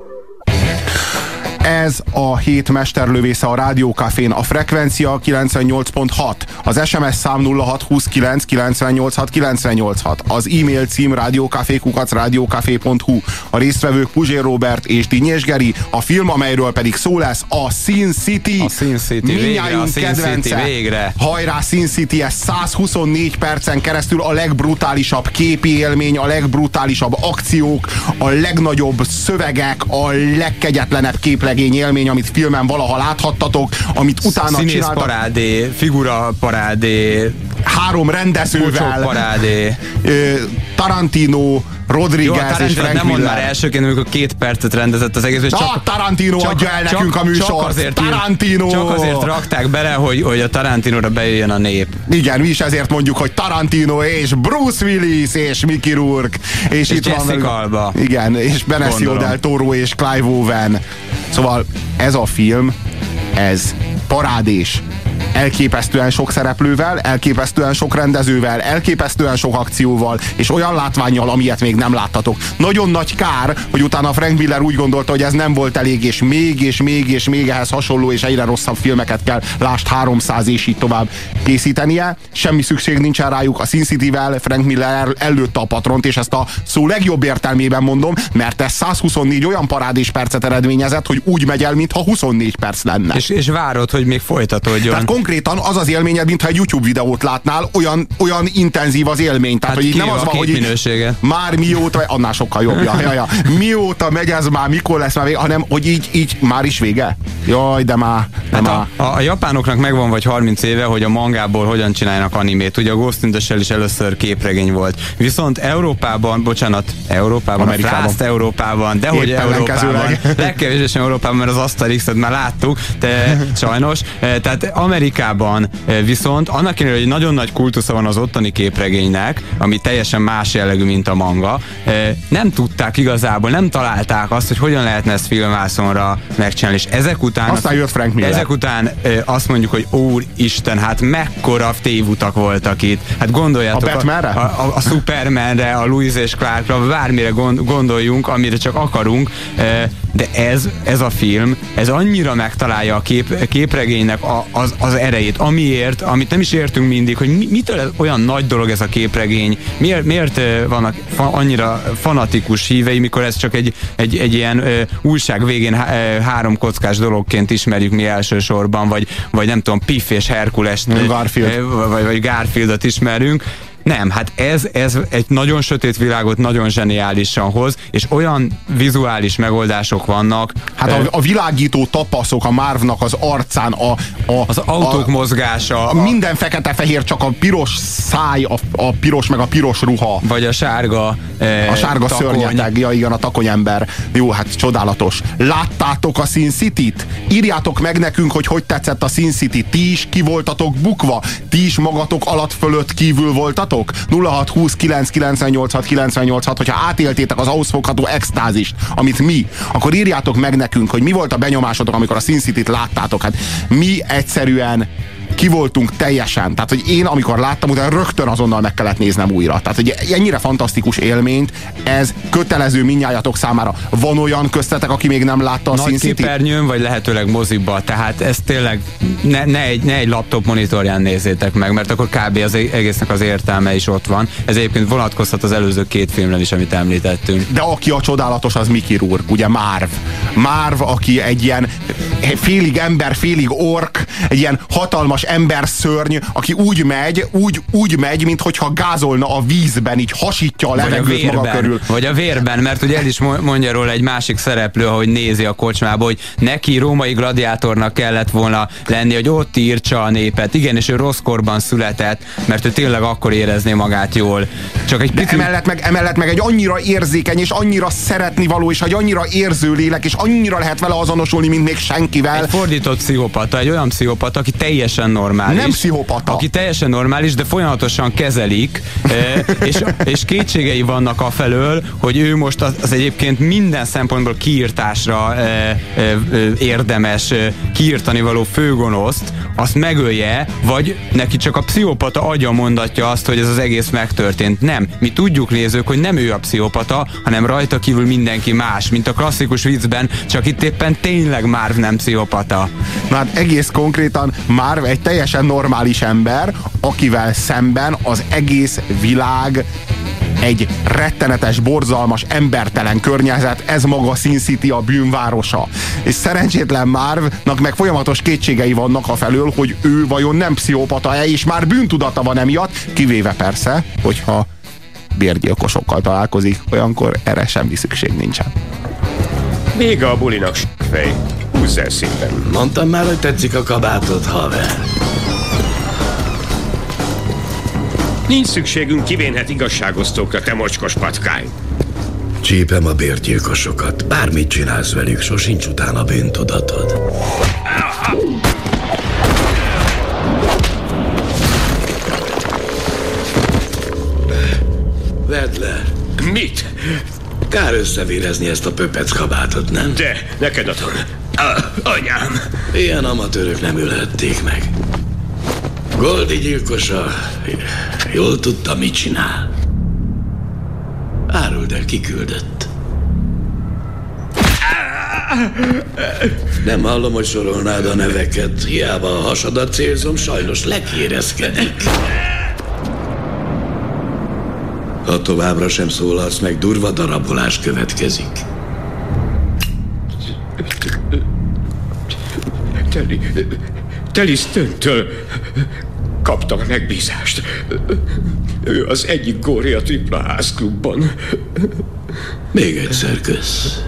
Ez a hét mesterlövésze a Rádiókafén, a frekvencia 98.6, az SMS szám 0629 986 986, az e-mail cím rádiókafé@rádiókafé.hu, a résztvevők Puzsér Róbert és Dinnyés Geri, a film, amelyről pedig szó lesz, a Sin City. A Sin City, végre, a Sin City, végre. Hajrá Sin City, ez 124 percen keresztül a legbrutálisabb képi élmény, a legbrutálisabb akciók, a legnagyobb szövegek, a legkegyetlenebb képlegény élmény, amit filmen valaha láthattatok, amit utána színész csináltak. parádé, figura parádé, 3 rendezővel, parádé. Tarantino, Rodriguez és Frank nem mond Miller. már elsőként, amikor 2 percet rendezett az egész, csak Tarantino adja el nekünk a műsort. Tarantino! Csak azért rakták bele, hogy a Tarantinóra bejöjjön a nép. Igen, mi is ezért mondjuk, hogy Tarantino és Bruce Willis és Mickey Rourke. És itt Jessica van Alba. Igen, és Benicio del Toro és Clive Owen. Szóval ez a film, ez parádés. Elképesztően sok szereplővel, elképesztően sok rendezővel, elképesztően sok akcióval, és olyan látvánnyal, amilyet még nem láttatok. Nagyon nagy kár, hogy utána Frank Miller úgy gondolta, hogy ez nem volt elég, és még ehhez hasonló és egyre rosszabb filmeket kell, lásd 300 és így tovább készítenie. Semmi szükség nincsen rájuk. A Sin City-vel Frank Miller ellőtte a patront, és ezt a szó legjobb értelmében mondom, mert ez 124 olyan parádés percet eredményezett, hogy úgy megy el, mintha 24 perc lenne. És várod, hogy még folytatódjon. Tehát konkrétan az az élményed, mintha egy YouTube videót látnál, olyan intenzív az élmény. Tehát, hát hogy itt nem az van, hogy így, már mióta, annál sokkal jobb, mióta megy ez már, mikor lesz már vége, hanem hogy így már is vége. Jaj, de már. A japánoknak megvan vagy 30 éve, hogy a mangából hogyan csinálnak animét. Ugye a Ghost in the Shell is először képregény volt. Viszont Európában, Amerikában. Frászt Európában, dehogy Európában, legkevésbé Európában, mert az Asterixet már láttuk, de sajnos. Tehát Amerikában viszont annak ellenére, hogy nagyon nagy kultusza van az ottani képregénynek, ami teljesen más jellegű, mint a manga, nem tudták igazából, nem találták azt, hogy hogyan lehetne ezt filmvászonra megcsinálni. És aztán jött Frank Miller. Ezek után azt mondjuk, hogy úristen, hát mekkora tévutak voltak itt. Hát gondoljátok a Batmanre? A Supermanre, a Louis és Clarkra, bármire gondoljunk, amire csak akarunk, de ez a film, ez annyira megtalálja a képregénynek az erejét, amit nem is értünk mindig, hogy mitől olyan nagy dolog ez a képregény, miért vannak annyira fanatikus hívei, mikor ez csak egy ilyen újság végén 3 kockás dologként ismerjük mi elsősorban, vagy nem tudom, Piff és Herkulest, vagy Garfieldot ismerünk. Nem, hát ez egy nagyon sötét világot nagyon zseniálisan hoz, és olyan vizuális megoldások vannak. Hát a világító tapaszok a Marvnak az arcán, az autók mozgása. Minden fekete-fehér, csak a piros száj, a piros meg a piros ruha. Vagy a sárga szörnyeteg, igen, a takonyember. Jó, hát csodálatos. Láttátok a Sin City-t? Írjátok meg nekünk, hogy tetszett a Sin City. Ti is ki voltatok bukva? Ti is magatok alatt fölött kívül voltatok? 0620 998 986, hogyha átéltétek az ahhoz fogható extázist, amit mi, akkor írjátok meg nekünk, hogy mi volt a benyomásotok, amikor a Sin City-t láttátok. Hát mi egyszerűen ki voltunk teljesen. Tehát, hogy én amikor láttam, utána rögtön azonnal meg kellett néznem újra. Tehát, hogy ennyire fantasztikus élményt, ez kötelező mindnyájatok számára. Van olyan köztetek, aki még nem látta a Sin City-t? Nagy képernyőn, vagy lehetőleg moziba. Tehát ez tényleg ne egy laptop monitorján nézzétek meg, mert akkor kb. Az egésznek az értelme is ott van. Ez egyébként vonatkozhat az előző 2 filmre is, amit említettünk. De aki a csodálatos, az Mickey Rourke, ugye Marv, aki egy ilyen félig ember, félig ork, egy ilyen hatalmas emberszörny, aki úgy megy, minthogyha gázolna a vízben, így hasítja a levegőt maga körül. Vagy a vérben, mert ugye el is mondja róla egy másik szereplő, ahogy nézi a kocsmába, hogy neki római gladiátornak kellett volna lenni, hogy ott írtsa a népet. Igen, és ő rossz korban született, mert ő tényleg akkor érezné magát jól. Csak egy emellett meg egy annyira érzékeny, és annyira szeretnivaló, és egy annyira érző lélek, és annyira lehet vele azonosulni, mint még senkivel. Egy fordított pszichopata, egy olyan pszichopata, aki teljesen normális. Nem pszichopata. Aki teljesen normális, de folyamatosan kezelik, és kétségei vannak afelől, hogy ő most az egyébként minden szempontból kiírtásra érdemes kiírtani való főgonoszt, azt megölje, vagy neki csak a pszichopata agya mondatja azt, hogy ez az egész megtörtént. Nem. Mi tudjuk, nézők, hogy nem ő a pszichopata, hanem rajta kívül mindenki más, mint a klasszikus viccben, csak itt éppen tényleg Marv nem pszichopata. Na hát egész konkrétan Marv egy teljesen normális ember, akivel szemben az egész világ egy rettenetes, borzalmas, embertelen környezet, ez maga Sin City, a bűnvárosa. És szerencsétlen Marvnak meg folyamatos kétségei vannak afelől, hogy ő vajon nem pszichopata-e, és már bűntudata van emiatt, kivéve persze, hogyha bérgyilkosokkal találkozik, olyankor erre semmi szükség nincsen. Vége a bulinak, fej. Húzz el szépen. Mondtam már, hogy tetszik a kabátod, haver. Nincs szükségünk kivénhet igazságosztókra, te mocskos patkány. Csípem a bérgyilkosokat. Bármit csinálsz velük, sosincs utána bűntudatod. Vedd le. Mit? Kár összevérezni ezt a pöpec kabátot, nem? De, neked adom. Anyám. Ilyen amatőrök nem ülhették meg. Goldi gyilkosa jól tudta, mit csinál. Áruld el, ki küldött. Nem hallom, hogy sorolnád a neveket. Hiába a hasadat célzom, sajnos lekérdezkedik. Ha továbbra sem szólalsz meg, durva darabolás következik. Telly Stone-től kaptam a megbízást. Ő az egyik góré a Tripla Ház klubban. Még egyszer kösz.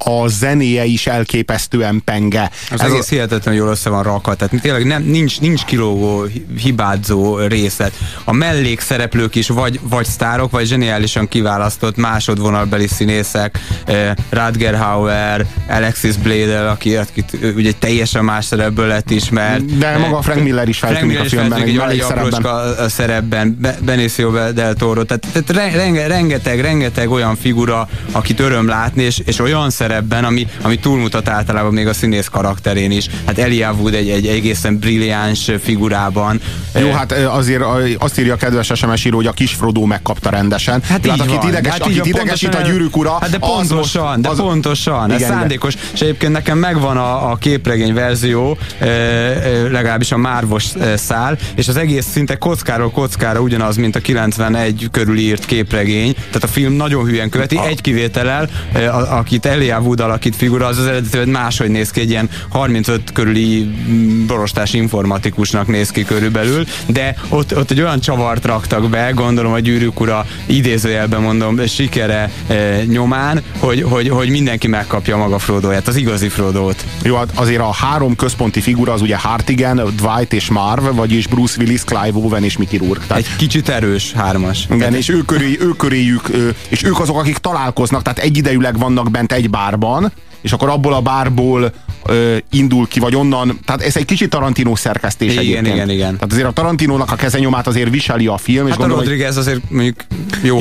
a zenéje is elképesztően penge. Az egész hihetetlenül jól össze van rakva, tehát tényleg nincs kilógó, hibázó részlet. A mellékszereplők is vagy sztárok, vagy zseniálisan kiválasztott másodvonalbeli színészek, Rutger Hauer, Alexis Bledel, akit ugye teljesen más szerepből lett ismert. De maga Frank Miller is feltűnik a filmben, egy mellékszerepben. Benicio del Toro, tehát rengeteg olyan figura, akit öröm látni, és olyan szerepben, ami túlmutat általában még a színész karakterén is. Hát Elijah Wood egy egészen brilliáns figurában. Jó, hát azért azt írja a kedves SMS író, hogy a kis Frodo megkapta rendesen. Hát így akit idegesít a Gyűrűk ura, hát de pontosan, ez szándékos. És egyébként nekem megvan a képregény verzió, legalábbis a Márvos szál, és az egész szinte kockáról kockára ugyanaz, mint a 91 körül írt képregény. Tehát a film nagyon hülyen követi, egy kivétellel, akit Elijah Wood alakít figura, az eredetileg máshogy néz ki, egy ilyen 35 körüli borostás informatikusnak néz ki körülbelül, de ott egy olyan csavart raktak be, gondolom a Gyűrűk ura idézőjelben mondom, sikere nyomán, hogy mindenki megkapja maga Frodóját, az igazi Frodót. Jó, hát azért a három központi figura az ugye Hartigan, Dwight és Marv, vagyis Bruce Willis, Clive Owen és Mickey Rourke. Tehát egy kicsit erős hármas. Igen, és ők köréjük, és ők azok, akik találkoznak, tehát egyidejűleg vannak bent egy bárban, és akkor abból a bárból indul ki, vagy onnan, tehát ez egy kicsit Tarantino szerkesztés egyébként. Igen. Tehát azért a Tarantinónak a kezenyomát azért viseli a film. Hát és a Rodriguez azért mondjuk jó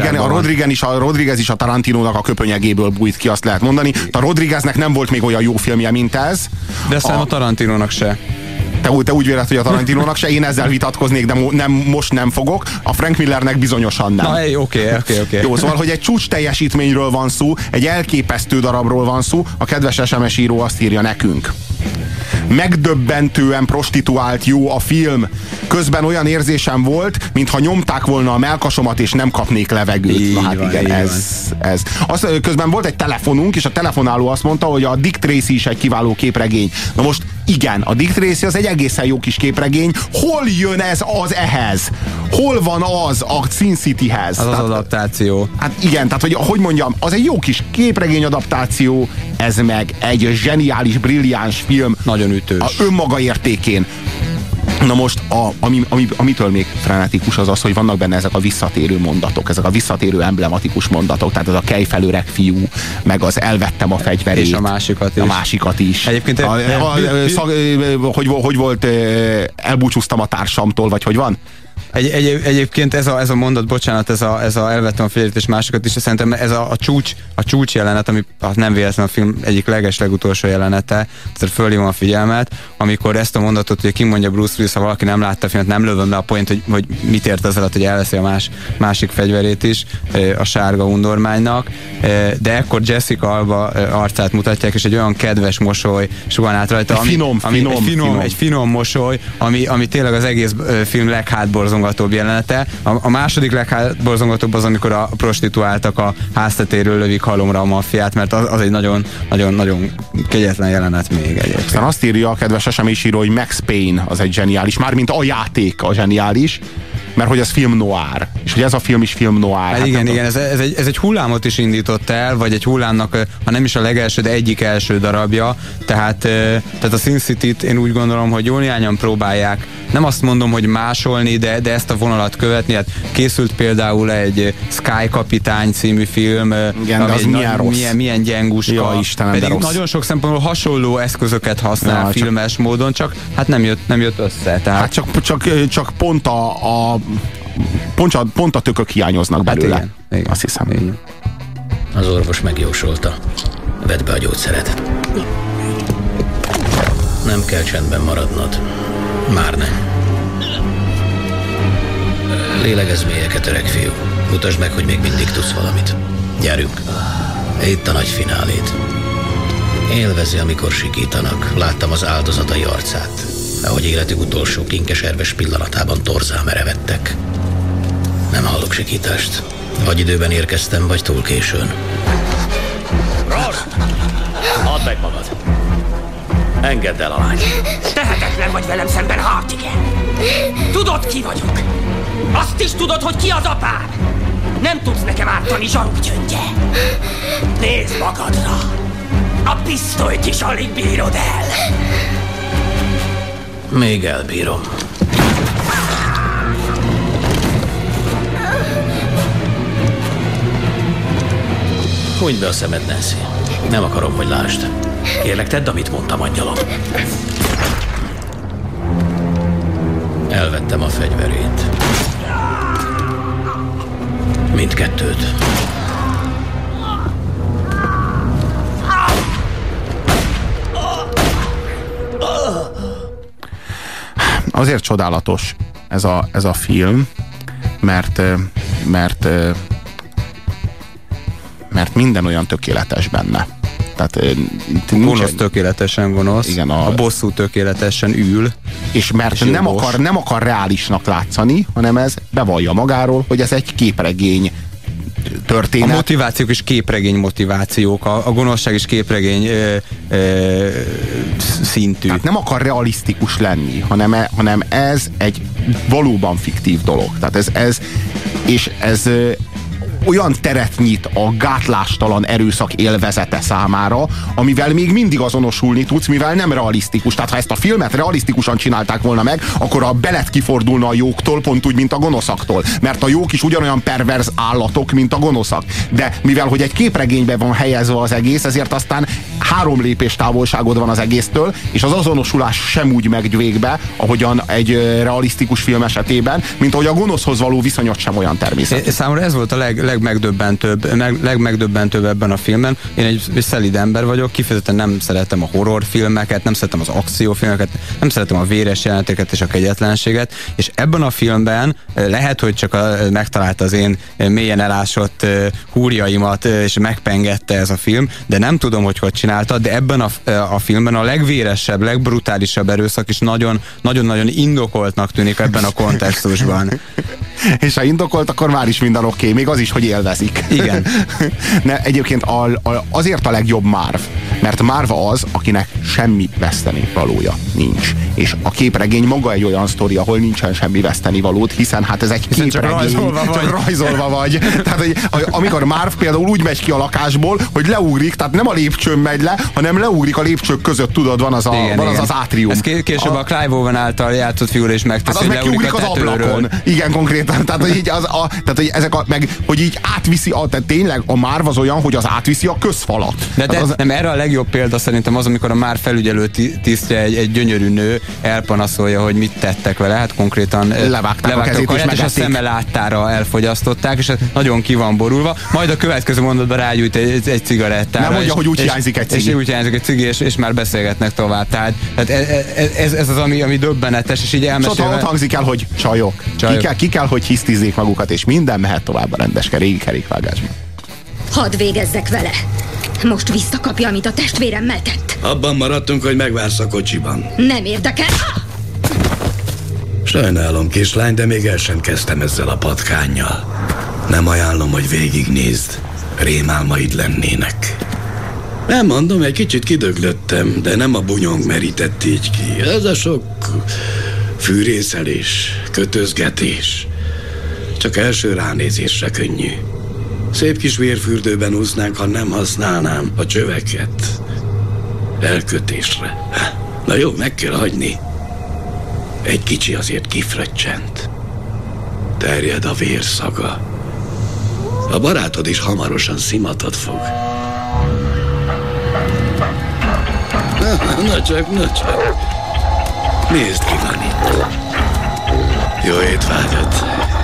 a Rodriguez is a Tarantinónak a köpönyegéből bújt ki, azt lehet mondani. A Rodrigueznek nem volt még olyan jó filmje, mint ez. De aztán a Tarantinónak se. Te úgy véled, hogy a Tarantinónak se, én ezzel vitatkoznék, de most nem fogok. A Frank Millernek bizonyosan nem. Na, oké. Jó, szóval, hogy egy csúcs teljesítményről van szó, egy elképesztő darabról van szó, a kedves SMS író azt írja nekünk. Megdöbbentően prostituált jó a film. Közben olyan érzésem volt, mintha nyomták volna a melkasomat, és nem kapnék levegőt. Na hát igen, ez. Közben volt egy telefonunk, és a telefonáló azt mondta, hogy a Dick Tracy is egy kiváló képregény. Na most igen, a Dick Tracy az egy egészen jó kis képregény. Hol jön ez az ehhez? Hol van az a Sin Cityhez? Az adaptáció. Hát igen, tehát hogy mondjam, az egy jó kis képregény adaptáció, ez meg egy zseniális, brilliáns film. Nagyon ütős. A önmaga értékén. Na most, amitől még frenetikus az, hogy vannak benne ezek a visszatérő mondatok, ezek a visszatérő emblematikus mondatok, tehát ez a kejfelöreg fiú, meg az elvettem a fegyverét. És a másikat is. Egyébként hogy volt, elbúcsúztam a társamtól, vagy hogy van? Egyébként ez a mondat, bocsánat, ez a elvettem a fegyverét és másikat is, szerintem ez a csúcs jelenet, ami nem véletlen a film egyik legutolsó jelenete, tehát fölhívom a figyelmet, amikor ezt a mondatot, hogy kimondja Bruce Willis, ha valaki nem látta a filmet, nem lövöm le a point, hogy mit ért az alatt, hogy elveszi a másik fegyverét is, a sárga undormánynak, de ekkor Jessica Alba arcát mutatják, és egy olyan kedves mosoly sugan át rajta, egy finom mosoly, ami tényleg az egész film leghátborzongatóbb jelenete. A második leghátborzongatóbb az, amikor a prostituáltak a háztetéről lövik halomra a maffiát, mert az egy nagyon kegyetlen jelenet még egyébként. Aztán azt írja a kedves SMS író, hogy Max Payne az egy zseniális, mármint a játék a zseniális, mert hogy ez film noir, és hogy ez a film is film noir. Hát igen, ez egy hullámot is indított el, vagy egy hullámnak, ha nem is a legelső, de egyik első darabja, tehát a Sin City-t én úgy gondolom, hogy jól néhányan próbálják, nem azt mondom, hogy másolni, de ezt a vonalat követni. Hát készült például egy Sky Kapitány című film, igen, ami milyen gyenguska, ja, Istenem, pedig nagyon sok szempontból hasonló eszközöket használ filmes módon, csak hát nem jött össze. Tehát... Hát csak pont a tökök hiányoznak belőle. Hát igen. Azt hiszem. Igen. Az orvos megjósolta. Vedd be a gyógyszeret. Nem kell csendben maradnod. Már nem. Lélegezz mélyeket, öreg fiú. Mutasd meg, hogy még mindig tudsz valamit. Gyerünk. Itt a nagy finálét. Élvezi, amikor sikítanak. Láttam az áldozatai arcát, ahogy életük utolsó kinkeserves pillanatában torzán merevettek. Nem hallok sikítást. Vagy időben érkeztem, vagy túl későn. Ross! Add meg magad! Engedd el a lányt! Tehetetlen vagy velem szemben, Hartigan! Tudod, ki vagyok! Azt is tudod, hogy ki az apád! Nem tudsz nekem ártani, zsaruk gyöngye! Nézd magadra! A pisztolyt is alig bírod el. Még elbírom. Húgyd be a szemed, Nancy. Nem akarom, hogy lásd. Kérlek, tedd, amit mondtam, angyalom. Elvettem a fegyverét. Mindkettőt. Azért csodálatos ez a film, mert minden olyan tökéletes benne. Tehát gonosz tökéletesen gonosz, igen, a bosszú tökéletesen ül. És mert nem akar reálisnak látszani, hanem ez bevallja magáról, hogy ez egy képregény történet. A motivációk is képregény motivációk, a gonoszság is képregény szintű. Tehát nem akar realisztikus lenni, hanem ez egy valóban fiktív dolog. Tehát ez olyan teret nyit a gátlástalan erőszak élvezete számára, amivel még mindig azonosulni tudsz, mivel nem realisztikus. Tehát ha ezt a filmet realisztikusan csinálták volna meg, akkor a belet kifordulna a jóktól, pont úgy, mint a gonoszaktól. Mert a jók is ugyanolyan perverz állatok, mint a gonoszak. De mivel, hogy egy képregénybe van helyezve az egész, ezért aztán 3 lépés távolságod van az egésztől, és az azonosulás sem úgy megy végbe, ahogyan egy realisztikus film esetében, mint ahogy a gonoszhoz való viszonyot sem olyan természetes. Számomra ez volt a legmegdöbbentőbb ebben a filmben. Én egy szelíd ember vagyok, kifejezetten nem szeretem a horrorfilmeket, nem szeretem az akciófilmeket, nem szeretem a véres jeleneteket és a kegyetlenséget, és ebben a filmben lehet, hogy csak megtalálta az én mélyen elásott húrjaimat, és megpengette ez a film, de nem tudom, hogy csinálta, de ebben a filmben a legvéresebb, legbrutálisabb erőszak is nagyon-nagyon indokoltnak tűnik ebben a kontextusban. És ha indokolt, akkor már is minden oké, még az is, hogy élvezik. Igen. Egyébként azért a legjobb Marv, mert Marv az, akinek semmi vesztenivalója nincs. És a képregény maga egy olyan sztori, ahol nincsen semmi vesztenivalót, hiszen hát ez egy képregény, csak rajzolva vagy. Tehát, hogy amikor Marv például úgy megy ki a lakásból, hogy leugrik, tehát nem a lépcsőn megy le, hanem leugrik a lépcsők között, tudod, van az az átrium. Ez később a Clive Owen által játszott figura is megteszi, hát hogy leugrik az ablakon. Igen, konkrétan. Tehát, hogy ezek hogy így átviszi, tehát tényleg a Marv az olyan, hogy az átviszi a közfalat. Nem, erre a legjobb példa szerintem az, amikor a Marv felügyelő tisztje egy gyönyörű nő elpanaszolja, hogy mit tettek vele, hát konkrétan levágták a kezét és a szeme láttára elfogyasztották, és nagyon ki van borulva, majd a következő mondatban rágyújt egy cigarettára. Nem mondja, hogy úgy hiányzik egy cigi. És úgy hiányzik egy cigi, és már beszélgetnek tovább. Tehát ez az, ami döbbenetes, és így elmesélve. Ott hangzik el, hogy csajok. Ki kell, hogy hisztizzék magukat, és minden mehet tovább a rendes régi kerékvágásban. Hadd végezzek vele. Most visszakapja, amit a testvéremmel tett. Abban maradtunk, hogy megvársz a kocsiban. Nem érdekel. Sajnálom, kislány, de még el sem kezdtem ezzel a patkánnyal. Nem ajánlom, hogy végignézd. Rémálmaid lennének. Nem mondom, egy kicsit kidöglöttem, de nem a bunyong merített így ki. Ez a sok fűrészelés, kötözgetés. Csak első ránézésre könnyű. Szép kis vérfürdőben úsznánk, ha nem használnám a csöveket. Elkötésre. Na jó, meg kell hagyni. Egy kicsi azért kifröccsent. Terjed a vérszaga. A barátod is hamarosan szimatot fog. Na csak. Nézd, ki van itt. Jó étvágyat.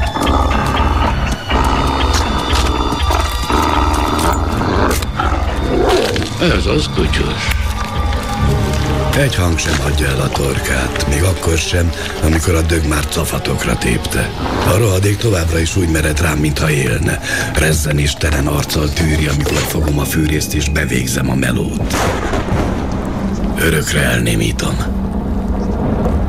Ez az kutyus. Egy hang sem hagyja el a torkát, még akkor sem, amikor a dög már cafatokra tépte. A rohadék továbbra is úgy mered rám, mintha élne. Rezzenéstelen arccal tűri, amikor fogom a fűrészt és bevégzem a melót. Örökre elnémítom.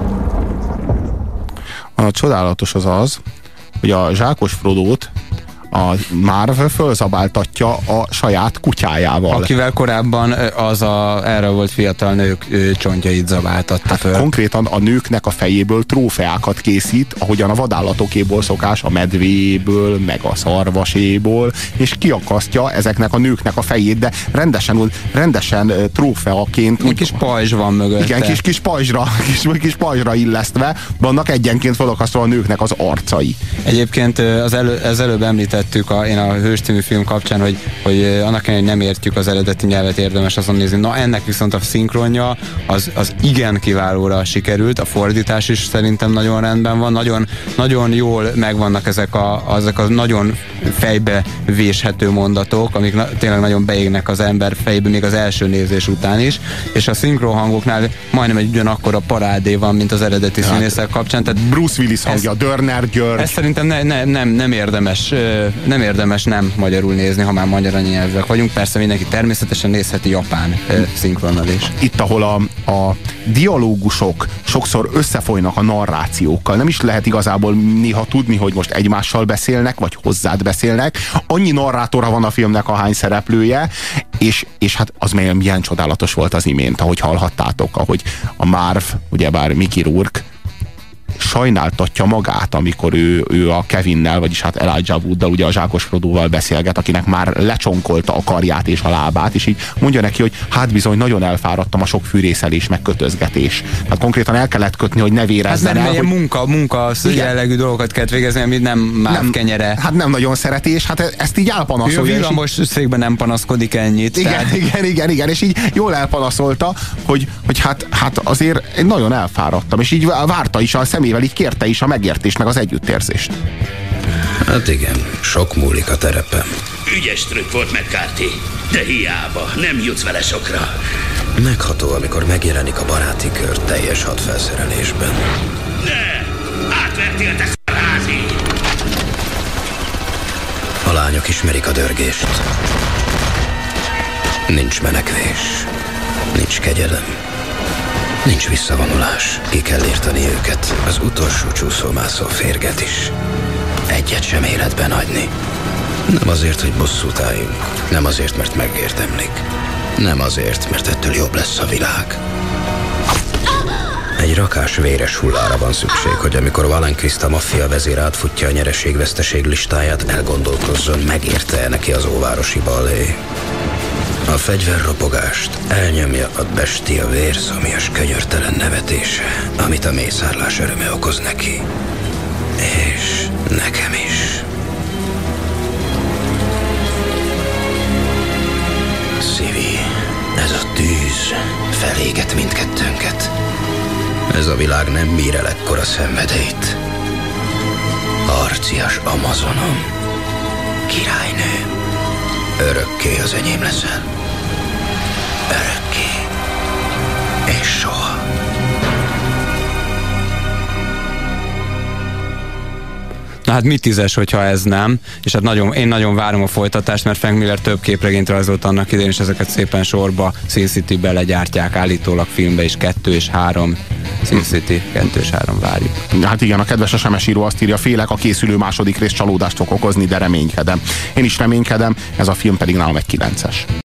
A csodálatos az, hogy a zsákos Frodót a Marv fölzabáltatja a saját kutyájával. Akivel korábban erre volt fiatal nők csontjait zabáltatta föl. Konkrétan a nőknek a fejéből trófeákat készít, ahogyan a vadállatokéból szokás, a medvéből, meg a szarvaséból, és kiakasztja ezeknek a nőknek a fejét, de rendesen trófeaként. Egy kis pajzs van mögötte. Igen, kis pajzsra illesztve vannak egyenként felakasztva a nőknek az arcai. Egyébként az előbb említettük én a Hős című film kapcsán, hogy annak ellenére, hogy nem értjük az eredeti nyelvet, érdemes azon nézni. Na, ennek viszont a szinkronja az igen kiválóra sikerült, a fordítás is szerintem nagyon rendben van, nagyon jól megvannak ezek a nagyon fejbe véshető mondatok, amik tényleg nagyon beégnek az ember fejbe még az első nézés után is, és a szinkronhangoknál majdnem egy ugyanakkor a parádé van, mint az eredeti színészek kapcsán. Tehát Bruce Willis hangja, Dörner György. Ez szerintem nem érdemes nem magyarul nézni, ha már magyar anyanyelvűek vagyunk. Persze mindenki természetesen nézheti japán szinkronnal is. Itt, ahol a dialógusok sokszor összefolynak a narrációkkal, nem is lehet igazából néha tudni, hogy most egymással beszélnek, vagy hozzád beszélnek. Annyi narrátora van a filmnek, ahány szereplője, és hát az milyen csodálatos volt az imént, ahogy hallhattátok, ahogy a Marv, ugyebár Mickey Rourke, sajnáltatja magát, amikor ő a Kevinnel, vagyis hát Elijah Wooddal, ugye a Zsákos Frodóval beszélget, akinek már lecsonkolta a karját és a lábát, és így mondja neki, hogy hát bizony nagyon elfáradtam a sok fűrészelés, meg kötözgetés. Hát konkrétan el kellett kötni, hogy ne vérezzen el. Hogy... munka jellegű dolgokat kellett végezni, amit nem kenyere. Hát nem nagyon szereti, és hát ezt így elpanaszolja. Ő a villamos székben nem panaszkodik ennyit. Igen, és így jól elpanaszolta, hogy hát azért én nagyon elfáradtam, és így várta is a szemével, így kérte is a megértést, meg az együttérzést. Hát igen, sok múlik a terepen. Ügyes trükk volt McCarthy, de hiába, nem jutsz vele sokra. Megható, amikor megjelenik a baráti kör teljes hadfelszerelésben. Ne! Átvertél te szarházi! A lányok ismerik a dörgést. Nincs menekvés. Nincs kegyelem. Nincs visszavonulás. Ki kell írtani őket, az utolsó csúszómászó férget is. Egyet sem életben hagyni. Nem azért, hogy bosszút álljunk. Nem azért, mert megérdemlik. Nem azért, mert ettől jobb lesz a világ. Egy rakás véres hullára van szükség, hogy amikor Valen Krista maffia vezér átfutja a nyereség-veszteség listáját, elgondolkozzon, megérte neki az óvárosi ballé. A fegyverropogást elnyomja a bestia vérszomjas, könyörtelen nevetése, amit a mészárlás öröme okoz neki. És nekem is. Szívi, ez a tűz feléget mindkettőnket. Ez a világ nem bír el ekkora szenvedélyt. Harcias Amazonom, királynő, örökké az enyém leszel. Örökké. És soha. Na hát mit tízes, hogyha ez nem, és hát én nagyon várom a folytatást, mert Frank Miller több képregényt rajzolt annak idején, és ezeket szépen sorba Sin City-be legyártják, állítólag filmbe is 2 és 3. Sin City 2 és 3 várjuk. Hát igen, a kedves SMS író azt írja, félek, a készülő második rész csalódást fog okozni, de reménykedem. Én is reménykedem, ez a film pedig nálam egy 9-es.